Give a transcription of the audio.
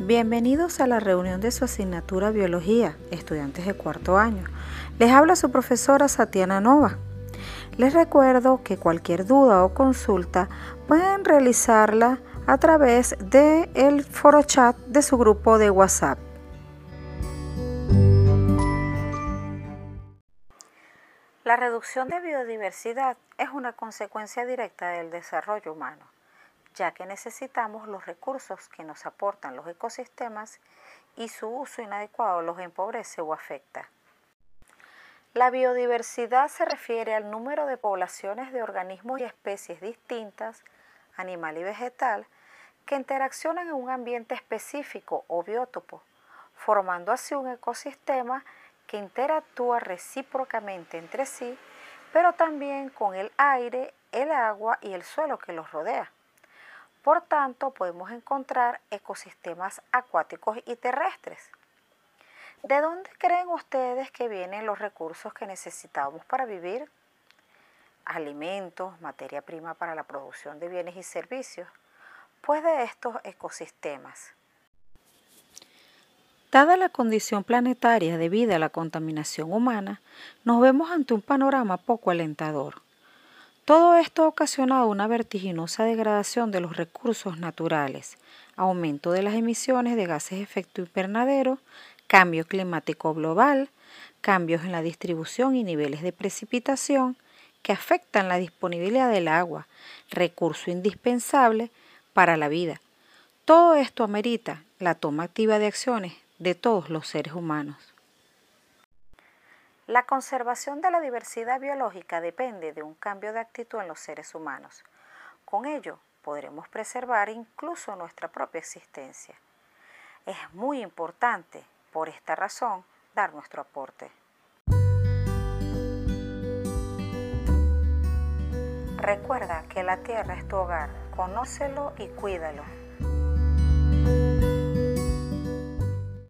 Bienvenidos a la reunión de su asignatura Biología, estudiantes de cuarto año. Les habla su profesora Satiana Nova. Les recuerdo que cualquier duda o consulta pueden realizarla a través del foro chat de su grupo de WhatsApp. La reducción de biodiversidad es una consecuencia directa del desarrollo humano, ya que necesitamos los recursos que nos aportan los ecosistemas y su uso inadecuado los empobrece o afecta. La biodiversidad se refiere al número de poblaciones de organismos y especies distintas, animal y vegetal, que interaccionan en un ambiente específico o biótopo, formando así un ecosistema que interactúa recíprocamente entre sí, pero también con el aire, el agua y el suelo que los rodea. Por tanto, podemos encontrar ecosistemas acuáticos y terrestres. ¿De dónde creen ustedes que vienen los recursos que necesitamos para vivir? Alimentos, materia prima para la producción de bienes y servicios, pues de estos ecosistemas. Dada la condición planetaria debido a la contaminación humana, nos vemos ante un panorama poco alentador. Todo esto ha ocasionado una vertiginosa degradación de los recursos naturales, aumento de las emisiones de gases de efecto invernadero, cambio climático global, cambios en la distribución y niveles de precipitación que afectan la disponibilidad del agua, recurso indispensable para la vida. Todo esto amerita la toma activa de acciones de todos los seres humanos. La conservación de la diversidad biológica depende de un cambio de actitud en los seres humanos. Con ello, podremos preservar incluso nuestra propia existencia. Es muy importante, por esta razón, dar nuestro aporte. Recuerda que la tierra es tu hogar, conócelo y cuídalo.